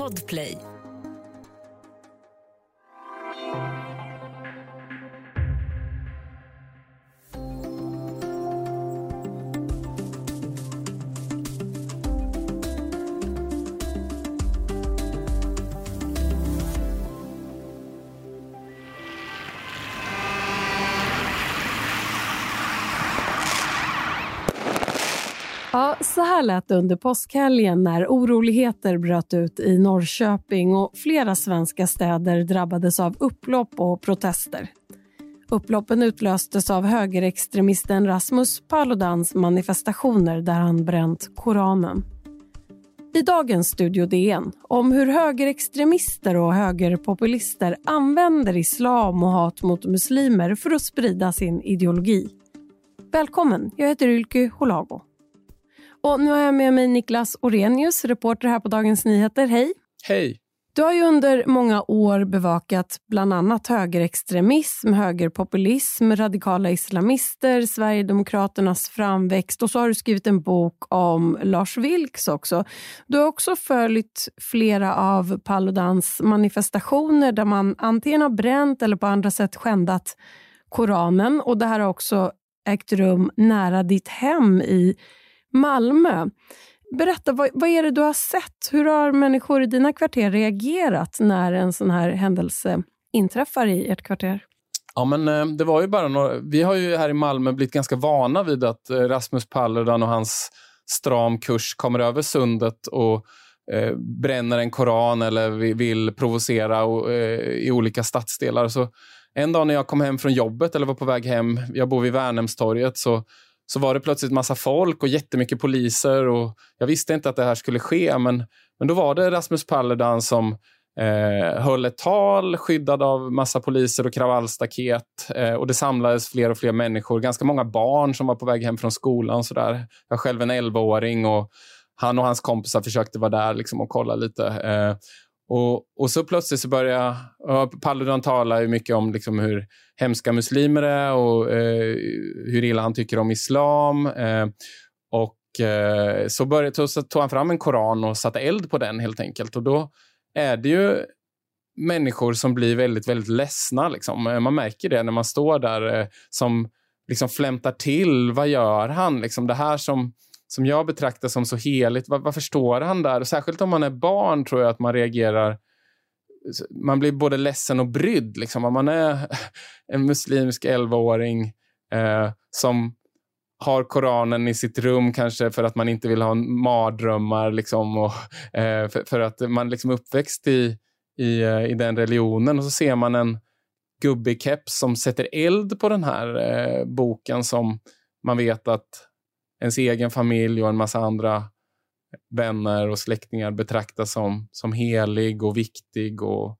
Podplay. Ja, så här lät det under påskhelgen när oroligheter bröt ut i Norrköping och flera svenska städer drabbades av upplopp och protester. Upploppen utlöstes av högerextremisten Rasmus Paludans manifestationer där han bränt Koranen. I dagens Studio DN om hur högerextremister och högerpopulister använder islam och hat mot muslimer för att sprida sin ideologi. Välkommen, jag heter Ylke Holago. Och nu har jag med mig Niklas Orenius, reporter här på Dagens Nyheter. Hej! Hej! Du har ju under många år bevakat bland annat högerextremism, högerpopulism, radikala islamister, Sverigedemokraternas framväxt och så har du skrivit en bok om Lars Vilks också. Du har också följt flera av Paludans manifestationer där man antingen har bränt eller på andra sätt skändat Koranen och det här har också ägt rum nära ditt hem i Malmö. Berätta, vad är det du har sett? Hur har människor i dina kvarter reagerat när en sån här händelse inträffar i ert kvarter? Ja, men det var ju bara vi har ju här i Malmö blivit ganska vana vid att Rasmus Paludan och hans stram kurs kommer över sundet och bränner en koran eller vill provocera i olika stadsdelar. Så en dag när jag kom hem från jobbet eller var på väg hem, jag bor vid Värnhemstorget, så var det plötsligt massa folk och jättemycket poliser och jag visste inte att det här skulle ske men då var det Rasmus Paludan som höll ett tal skyddad av massa poliser och kravallstaket och det samlades fler och fler människor, ganska många barn som var på väg hem från skolan så där. Jag själv en 11-åring och han och hans kompisar försökte vara där liksom och kolla lite och så plötsligt så började Paludan tala ju mycket om liksom hur hemska muslimer är och hur illa han tycker om islam så tog han fram en koran och satte eld på den helt enkelt och då är det ju människor som blir väldigt, väldigt ledsna liksom. Man märker det när man står där som liksom flämtar till, vad gör han liksom, det här som jag betraktar som så heligt, vad förstår han där? Och särskilt om man är barn tror jag att man reagerar, man blir både ledsen och brydd liksom. Om man är en muslimsk 11-åring som har Koranen i sitt rum kanske för att man inte vill ha mardrömmar liksom, och för att man liksom uppväxt i den religionen och så ser man en gubbig keps som sätter eld på den här boken som man vet att ens egen familj och en massa andra vänner och släktingar betraktas som helig och viktig och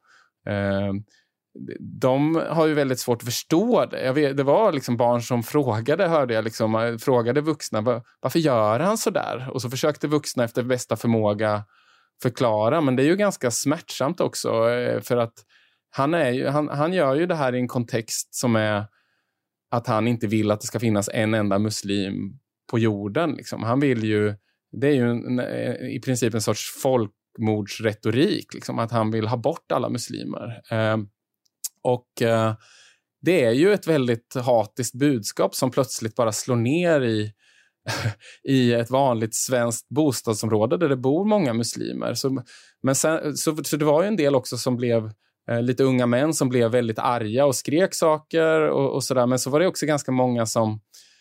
de har ju väldigt svårt att förstå det. Det var liksom barn som frågade vuxna, varför gör han så där? Och så försökte vuxna efter bästa förmåga förklara, men det är ju ganska smärtsamt också för att han gör ju det här i en kontext som är att han inte vill att det ska finnas en enda muslim på jorden liksom. Han vill ju, det är ju i princip en sorts folkmordsretorik liksom, att han vill ha bort alla muslimer det är ju ett väldigt hatiskt budskap som plötsligt bara slår ner i ett vanligt svenskt bostadsområde där det bor många muslimer så det var ju en del också som blev lite unga män som blev väldigt arga och skrek saker och sådär, men så var det också ganska många som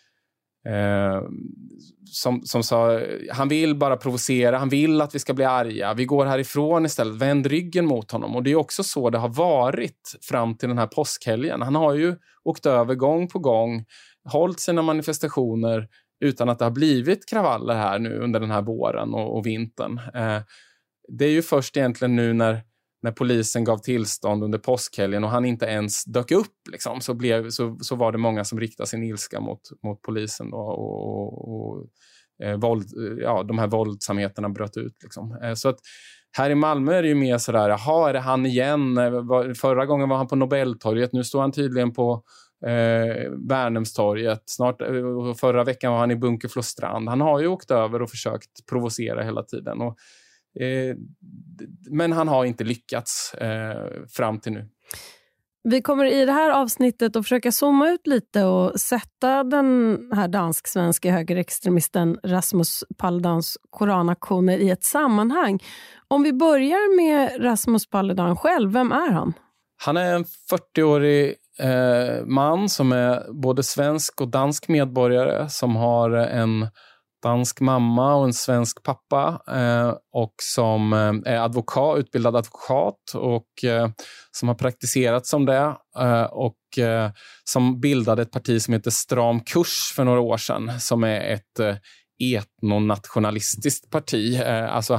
sa han vill bara provocera, han vill att vi ska bli arga, vi går härifrån istället, vänd ryggen mot honom. Och det är också så det har varit fram till den här påskhelgen. Han har ju åkt över gång på gång, hållit sina manifestationer utan att det har blivit kravaller här nu under den här våren och vintern. Det är ju först egentligen nu när polisen gav tillstånd under påskhelgen och han inte ens dök upp liksom, så var det många som riktade sin ilska mot polisen då, och de här våldsamheterna bröt ut liksom. Så att här i Malmö är det ju mer sådär, jaha, är det han igen? Förra gången var han på Nobeltorget, nu står han tydligen på Värnhemstorget. Förra veckan var han i Bunkeflostrand. Han har ju åkt över och försökt provocera hela tiden och Men han har inte lyckats fram till nu. Vi kommer i det här avsnittet att försöka zooma ut lite och sätta den här dansk-svenska högerextremisten Rasmus Paludans koranaktioner i ett sammanhang. Om vi börjar med Rasmus Paludan själv, vem är han? Han är en 40-årig man som är både svensk och dansk medborgare, som har en dansk mamma och en svensk pappa och som är utbildad advokat och som har praktiserat som det och som bildade ett parti som heter Stram kurs för några år sedan, som är ett etnonationalistiskt parti. Alltså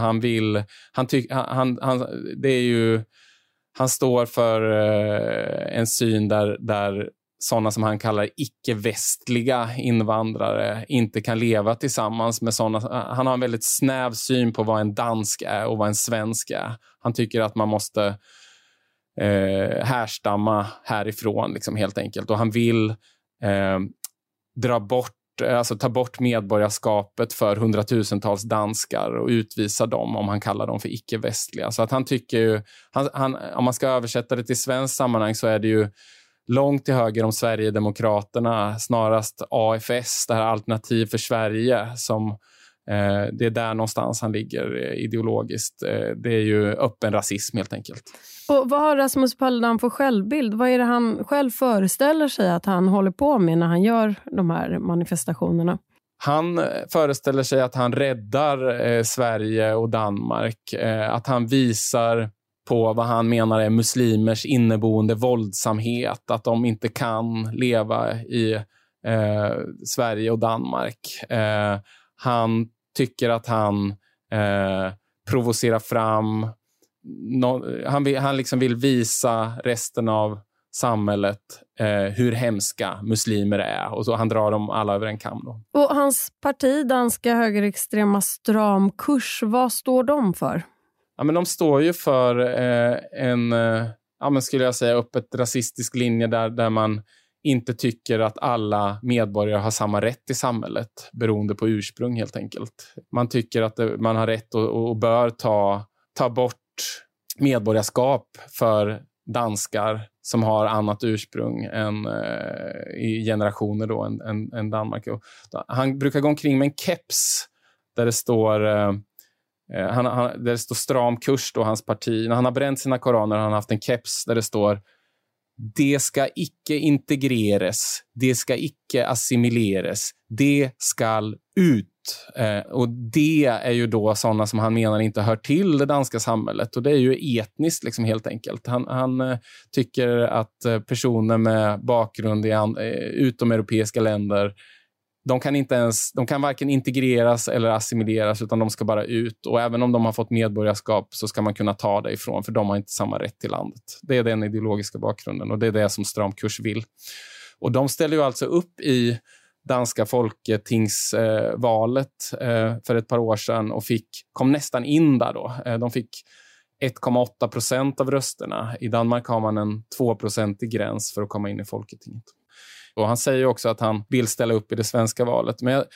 han står för en syn där sådana som han kallar icke-västliga invandrare inte kan leva tillsammans med sådana. Han har en väldigt snäv syn på vad en dansk är och vad en svensk är. Han tycker att man måste härstamma härifrån liksom, helt enkelt. Och han vill ta bort medborgarskapet för hundratusentals danskar och utvisa dem om han kallar dem för icke-västliga. Så att han tycker ju, om man ska översätta det till svensk sammanhang så är det ju långt till höger om Sverigedemokraterna, snarast AFS, det här Alternativ för Sverige, som det är där någonstans han ligger ideologiskt. Det är ju öppen rasism helt enkelt. Och vad har Rasmus Paludan för självbild? Vad är det han själv föreställer sig att han håller på med när han gör de här manifestationerna? Han föreställer sig att han räddar Sverige och Danmark. Att han visar på vad han menar är muslimers inneboende våldsamhet. Att de inte kan leva i Sverige och Danmark. Han tycker att han provocerar fram. Han liksom vill visa resten av samhället hur hemska muslimer är. Och så han drar dem alla över en kam då. Och hans parti, danska högerextrema Stram kurs, vad står de för? Ja, men de står ju för skulle jag säga öppet rasistisk linje där man inte tycker att alla medborgare har samma rätt i samhället beroende på ursprung helt enkelt. Man tycker att man har rätt och bör ta bort medborgarskap för danskar som har annat ursprung än i generationer då än Danmark. Han brukar gå omkring med en keps där det står där det står Stram kurs då, hans parti. När han har bränt sina koraner har han haft en keps där det står: det ska icke integreras, det ska icke assimileras, det ska ut. Och det är ju då sådana som han menar inte hör till det danska samhället. Och det är ju etniskt liksom, helt enkelt. Han tycker att personer med bakgrund i utomeuropeiska länder, de kan varken integreras eller assimileras, utan de ska bara ut. Och även om de har fått medborgarskap så ska man kunna ta det ifrån, för de har inte samma rätt till landet. Det är den ideologiska bakgrunden och det är det som Stram kurs vill. Och de ställer ju alltså upp i danska folketingsvalet för ett par år sedan och kom nästan in där då. De fick 1,8% av rösterna. I Danmark har man en 2% gräns för att komma in i folketinget. Och han säger också att han vill ställa upp i det svenska valet. Men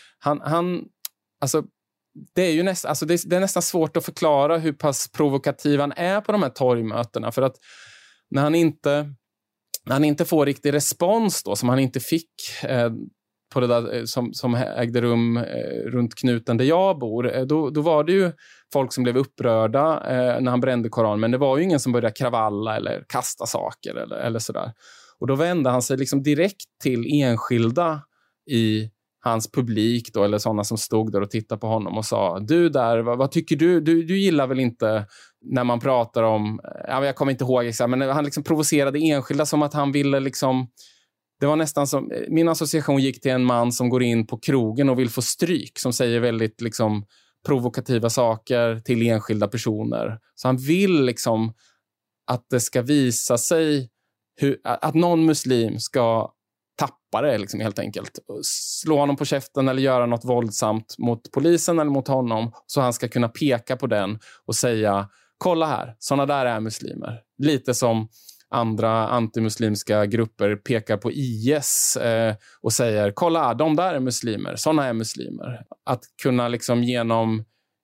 det är ju det är nästan svårt att förklara hur pass provokativ han är på de här torgmötena. För att när han inte får riktig respons då, som han inte fick på det där som ägde rum runt knuten där jag bor, då var det ju folk som blev upprörda när han brände koran, men det var ju ingen som började kravalla eller kasta saker eller sådär. Och då vände han sig liksom direkt till enskilda i hans publik då, eller sådana som stod där och tittade på honom och sa: du där, vad tycker du? Du gillar väl inte när man pratar om, jag kommer inte ihåg exakt, men han liksom provocerade enskilda som att han ville liksom. Det var nästan som, min association gick till en man som går in på krogen och vill få stryk, som säger väldigt liksom provokativa saker till enskilda personer. Så han vill liksom att det ska visa sig att någon muslim ska tappa det liksom, helt enkelt. Slå honom på käften eller göra något våldsamt mot polisen eller mot honom, så han ska kunna peka på den och säga: kolla här, såna där är muslimer. Lite som andra antimuslimska grupper pekar på IS och säger: kolla, de där är muslimer, såna är muslimer. Att kunna liksom genom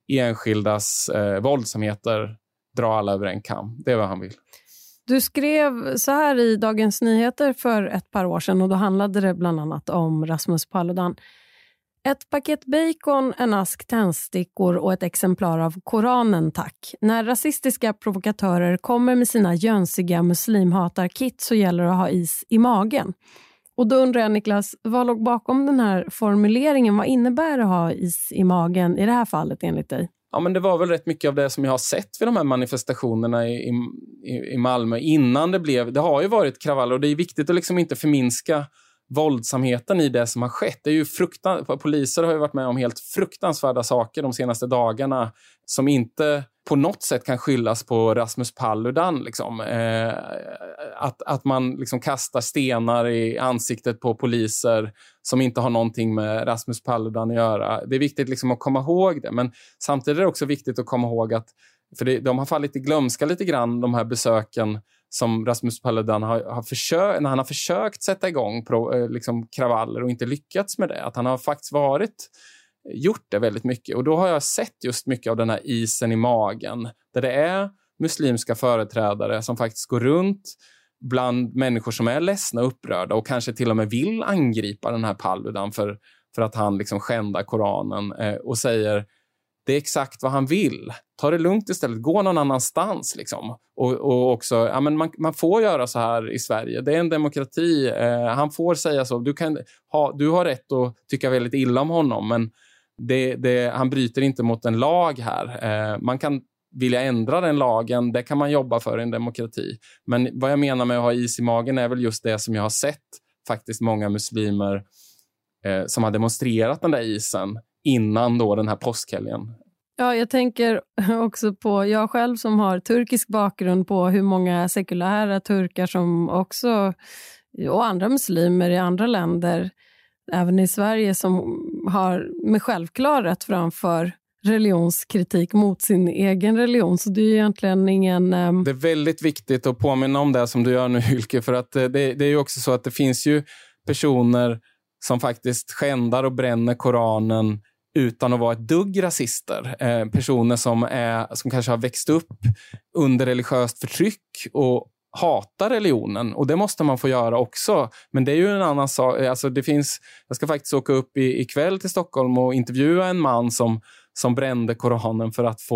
enskildas våldsamheter dra alla över en kam. Det är vad han vill. Du skrev så här i Dagens Nyheter för ett par år sedan och då handlade det bland annat om Rasmus Paludan. Ett paket bacon, en ask tändstickor och ett exemplar av Koranen, tack. När rasistiska provokatörer kommer med sina jönsiga muslimhatarkit så gäller det att ha is i magen. Och då undrar jag, Niklas, vad låg bakom den här formuleringen? Vad innebär det att ha is i magen i det här fallet enligt dig? Ja, men det var väl rätt mycket av det som jag har sett vid de här manifestationerna i Malmö innan det har ju varit kravaller och det är viktigt att liksom inte förminska våldsamheten i det som har skett. Det är ju poliser har ju varit med om helt fruktansvärda saker de senaste dagarna som inte på något sätt kan skyllas på Rasmus Paludan liksom. Att man liksom kastar stenar i ansiktet på poliser som inte har någonting med Rasmus Paludan att göra. Det är viktigt liksom att komma ihåg det, men samtidigt är det också viktigt att komma ihåg att de har fallit i glömska lite grann, de här besöken som Rasmus Paludan har försökt, när han har försökt sätta igång liksom kravaller och inte lyckats med det. Att han har faktiskt gjort det väldigt mycket. Och då har jag sett just mycket av den här isen i magen. Där det är muslimska företrädare som faktiskt går runt bland människor som är ledsna och upprörda och kanske till och med vill angripa den här Paludan för att han liksom skändar Koranen och säger det är exakt vad han vill. Ta det lugnt istället. Gå någon annanstans. Liksom. Och också, ja, men man får göra så här i Sverige. Det är en demokrati. Han får säga så. Du har rätt att tycka väldigt illa om honom. Men han bryter inte mot en lag här. Man kan vilja ändra den lagen. Det kan man jobba för i en demokrati. Men vad jag menar med att ha is i magen är väl just det som jag har sett faktiskt många muslimer som har demonstrerat den där isen innan då den här påskhelgen. Ja, jag tänker också på jag själv som har turkisk bakgrund på hur många sekulära turkar som också, och andra muslimer i andra länder, även i Sverige, som har med självklarhet framför religionskritik mot sin egen religion. Så det är egentligen ingen... Det är väldigt viktigt att påminna om det som du gör nu, Hylke, för att det är ju också så att det finns ju personer som faktiskt skändar och bränner Koranen utan att vara ett dugg rasister. Personer som kanske har växt upp under religiöst förtryck och hatar religionen. Och det måste man få göra också. Men det är ju en annan sak. Alltså jag ska faktiskt åka upp ikväll till Stockholm och intervjua en man som brände Koranen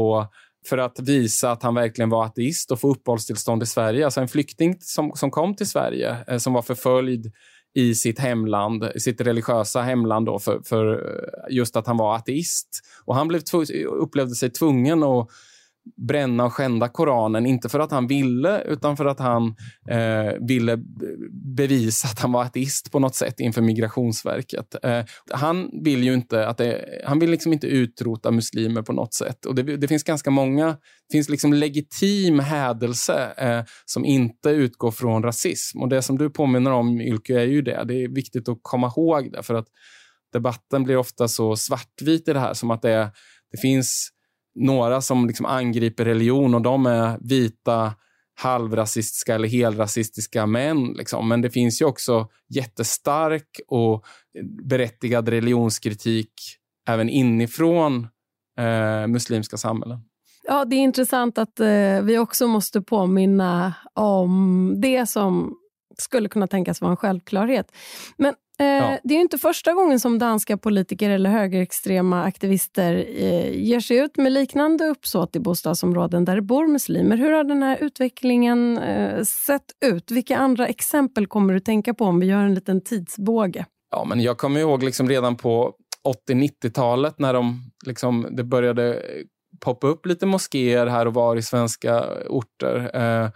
för att visa att han verkligen var ateist och få uppehållstillstånd i Sverige. Alltså en flykting som kom till Sverige som var förföljd i sitt hemland, sitt religiösa hemland då, för just att han var ateist. Och han upplevde sig tvungen att bränna och skända Koranen, inte för att han ville, utan för att han ville bevisa att han var ateist på något sätt inför Migrationsverket. Han vill ju inte han vill liksom inte utrota muslimer på något sätt. Och det finns ganska många, det finns liksom legitim hädelse som inte utgår från rasism. Och det som du påminner om, Ylke, är ju det. Det är viktigt att komma ihåg det, för att debatten blir ofta så svartvit i det här, som att det finns några som liksom angriper religion och de är vita, halvrasistiska eller helrasistiska män. Liksom. Men det finns ju också jättestark och berättigad religionskritik även inifrån muslimska samhällen. Ja, det är intressant att vi också måste påminna om det som skulle kunna tänkas vara en självklarhet. Men det är ju inte första gången som danska politiker eller högerextrema aktivister ger sig ut med liknande uppsåt i bostadsområden där det bor muslimer. Hur har den här utvecklingen sett ut? Vilka andra exempel kommer du tänka på om vi gör en liten tidsbåge? Ja, men jag kommer ihåg liksom redan på 80-90-talet när det började poppa upp lite moskéer här och var i svenska orter.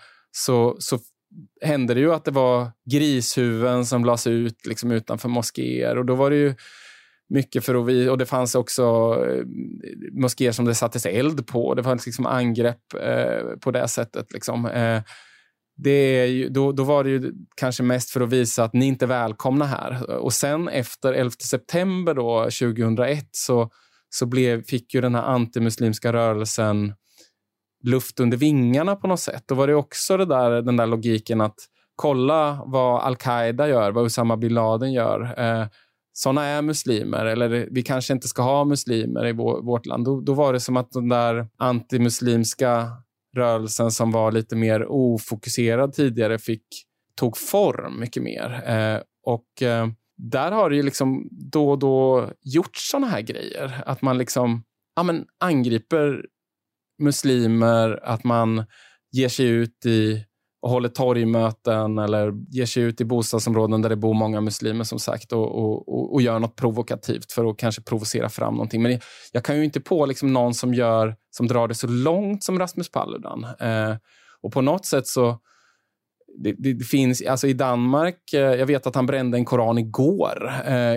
Så hände det ju att det var grishuvuden som lades ut liksom utanför moskéer, och då var det ju mycket och det fanns också moskéer som det sattes eld på. Det fanns liksom angrepp på det sättet liksom. Då var det ju kanske mest för att visa att ni inte är välkomna här. Och sen efter 11 september då 2001 så fick ju den här antimuslimska rörelsen luft under vingarna på något sätt. Då var det också den där logiken att kolla vad Al-Qaida gör, vad Osama bin Laden gör. sådana är muslimer, eller vi kanske inte ska ha muslimer i vårt land. Då var det som att den där antimuslimska rörelsen som var lite mer ofokuserad tidigare tog form mycket mer. Där har det ju liksom då och då gjort sådana här grejer. Att man liksom angriper muslimer, att man ger sig ut och håller torgmöten eller ger sig ut i bostadsområden där det bor många muslimer som sagt och gör något provokativt för att kanske provocera fram någonting. Men jag kan ju inte på liksom någon som drar det så långt som Rasmus Paludan. Och på något sätt så det finns, alltså i Danmark, jag vet att han brände en koran igår.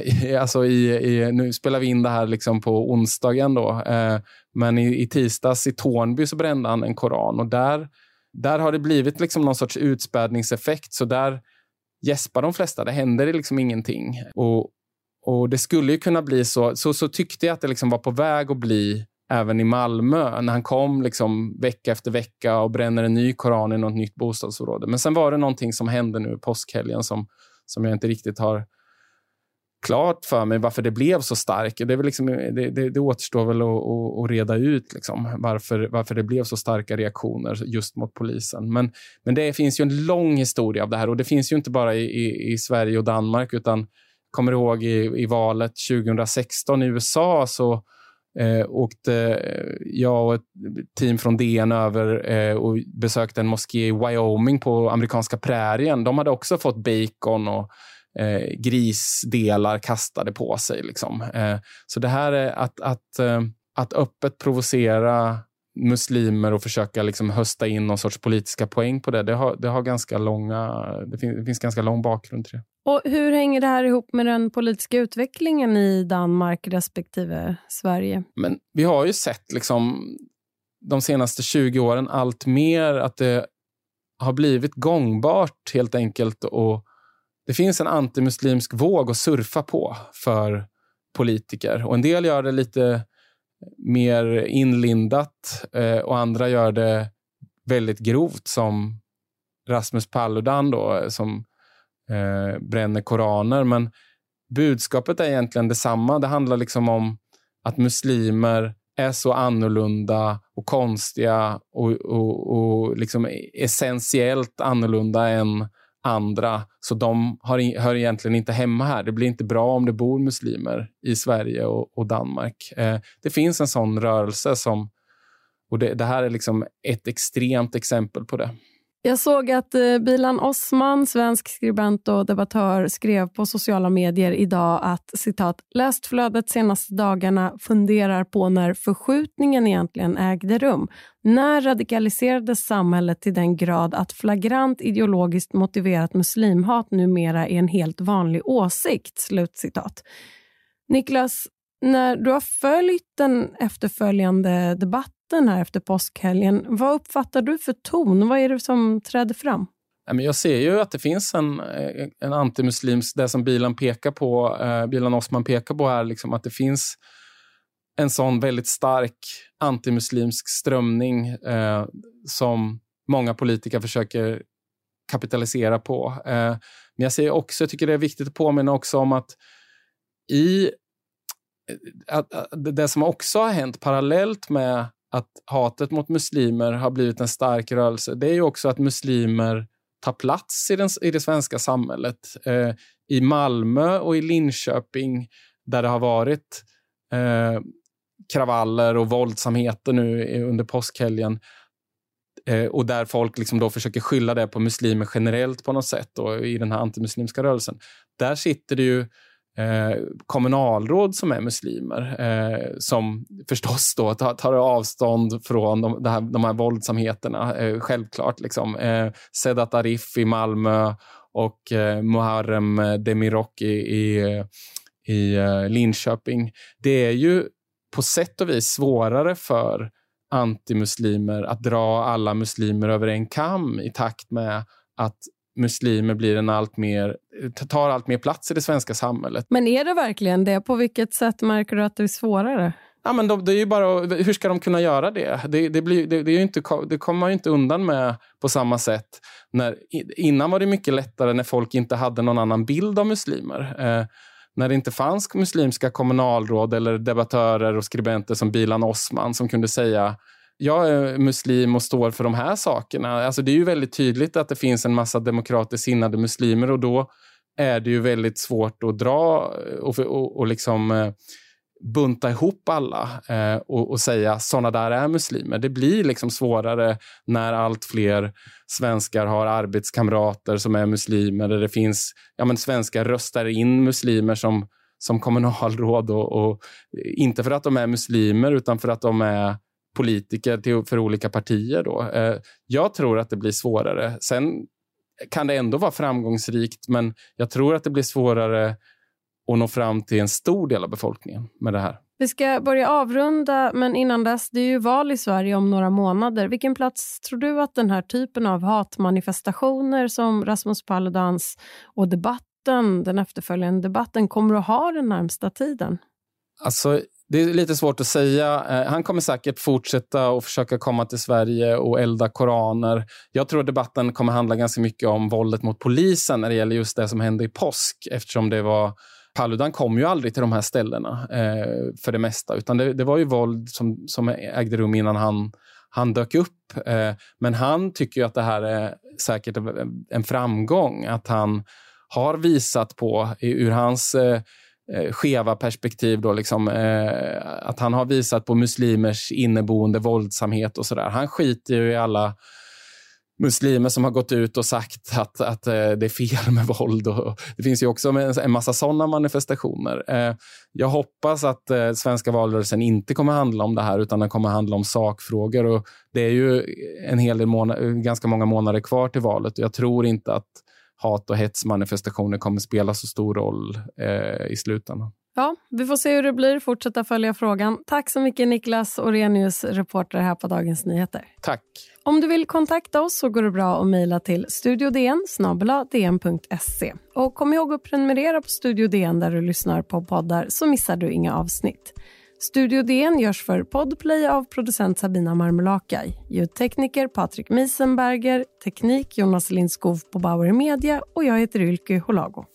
Nu spelar vi in det här liksom på onsdagen då. Men i tisdags i Tornby så brände han en koran, och där har det blivit liksom någon sorts utspädningseffekt, så där gäspar de flesta, det händer liksom ingenting. Och det skulle ju kunna bli så tyckte jag att det liksom var på väg att bli även i Malmö, när han kom liksom vecka efter vecka och bränner en ny koran i något nytt bostadsområde. Men sen var det någonting som hände nu i påskhelgen som jag inte riktigt har klart för mig varför det blev så starkt. Det är väl liksom, det återstår väl att reda ut liksom, varför det blev så starka reaktioner just mot polisen. Men det finns ju en lång historia av det här, och det finns ju inte bara i Sverige och Danmark, utan kommer ihåg i valet 2016 i USA så åkte jag och ett team från DN över och besökte en moské i Wyoming på amerikanska prärien. De hade också fått bacon och grisdelar kastade på sig liksom. Så det här är att öppet provocera muslimer och försöka liksom hösta in någon sorts politiska poäng på det har ganska det finns ganska lång bakgrund till det. Och hur hänger det här ihop med den politiska utvecklingen i Danmark respektive Sverige? Men vi har ju sett liksom de senaste 20 åren allt mer att det har blivit gångbart helt enkelt, och det finns en antimuslimsk våg att surfa på för politiker. Och en del gör det lite mer inlindat och andra gör det väldigt grovt, som Rasmus Paludan då, som bränner koraner. Men budskapet är egentligen detsamma. Det handlar liksom om att muslimer är så annorlunda och konstiga och liksom essentiellt annorlunda än andra, så de hör egentligen inte hemma här. Det blir inte bra om det bor muslimer i Sverige och Danmark. Det finns en sån rörelse och det här är liksom ett extremt exempel på det. Jag såg att Bilan Osman, svensk skribent och debattör, skrev på sociala medier idag att, citat, läst flödet senaste dagarna, funderar på när förskjutningen egentligen ägde rum. När radikaliserades samhället till den grad att flagrant ideologiskt motiverat muslimhat numera är en helt vanlig åsikt, slutcitat. Niklas, när du har följt den efterföljande debatten här efter påskhelgen, vad uppfattar du för ton? Vad är det som träder fram? Jag ser ju att det finns en antimuslimsk, det som Bilan Osman pekar på här, liksom, att det finns en sån väldigt stark antimuslimsk strömning som många politiker försöker kapitalisera på. Men jag tycker det är viktigt att påminna också om att det som också har hänt parallellt med att hatet mot muslimer har blivit en stark rörelse, det är ju också att muslimer tar plats i det svenska samhället. I Malmö och i Linköping, där det har varit kravaller och våldsamheter nu under påskhelgen, och där folk liksom då försöker skylla det på muslimer generellt på något sätt, och i den här antimuslimska rörelsen. Där sitter det ju kommunalråd som är muslimer som förstås då tar avstånd från de här våldsamheterna, självklart liksom. Sedat Arif i Malmö och Muharrem Demirok i Linköping. Det är ju på sätt och vis svårare för antimuslimer att dra alla muslimer över en kam i takt med att muslimer tar allt mer plats i det svenska samhället. Men är det verkligen det? På vilket sätt märker du att det är svårare? Ja, men det är ju bara, hur ska de kunna göra det? Det kommer man ju inte undan med på samma sätt. Innan var det mycket lättare när folk inte hade någon annan bild av muslimer. när det inte fanns muslimska kommunalråd eller debattörer och skribenter som Bilan Osman som kunde säga jag är muslim och står för de här sakerna. Alltså det är ju väldigt tydligt att det finns en massa demokratiskt sinnade muslimer och då är det ju väldigt svårt att dra och liksom bunta ihop alla och säga sådana där är muslimer. Det blir liksom svårare när allt fler svenskar har arbetskamrater som är muslimer. Där det finns, svenskar röstar in muslimer som kommunalråd och inte för att de är muslimer utan för att de är politiker för olika partier då. Jag tror att det blir svårare. Sen kan det ändå vara framgångsrikt, men jag tror att det blir svårare att nå fram till en stor del av befolkningen med det här. Vi ska börja avrunda, men innan dess, det är ju val i Sverige om några månader. Vilken plats tror du att den här typen av hatmanifestationer som Rasmus Paludans och den efterföljande debatten kommer att ha den närmsta tiden? Alltså, det är lite svårt att säga. Han kommer säkert fortsätta och försöka komma till Sverige och elda koraner. Jag tror att debatten kommer handla ganska mycket om våldet mot polisen när det gäller just det som hände i påsk. Eftersom Paludan kom ju aldrig till de här ställena för det mesta. Utan det var ju våld som ägde rum innan han dök upp. Men han tycker ju att det här är säkert en framgång. Att han har visat på ur hans skeva perspektiv då liksom, att han har visat på muslimers inneboende våldsamhet och sådär. Han skiter ju i alla muslimer som har gått ut och sagt att det är fel med våld. Och det finns ju också en massa sådana manifestationer. Jag hoppas att svenska valrörelsen inte kommer handla om det här utan den kommer handla om sakfrågor. Och det är ju en hel del ganska många månader kvar till valet. Och jag tror inte att hat- och hetsmanifestationer kommer spela så stor roll i slutändan. Ja, vi får se hur det blir. Fortsätta följa frågan. Tack så mycket Niklas Orenius, reporter här på Dagens Nyheter. Tack. Om du vill kontakta oss så går det bra att mejla till studiodn@dn.se. Och kom ihåg att prenumerera på Studio DN där du lyssnar på poddar så missar du inga avsnitt. Studio DN görs för Podplay av producent Sabina Marmelakai, ljudtekniker Patrik Miesenberger, teknik Jonas Lindskov på Bauer Media och jag heter Ylke Holago.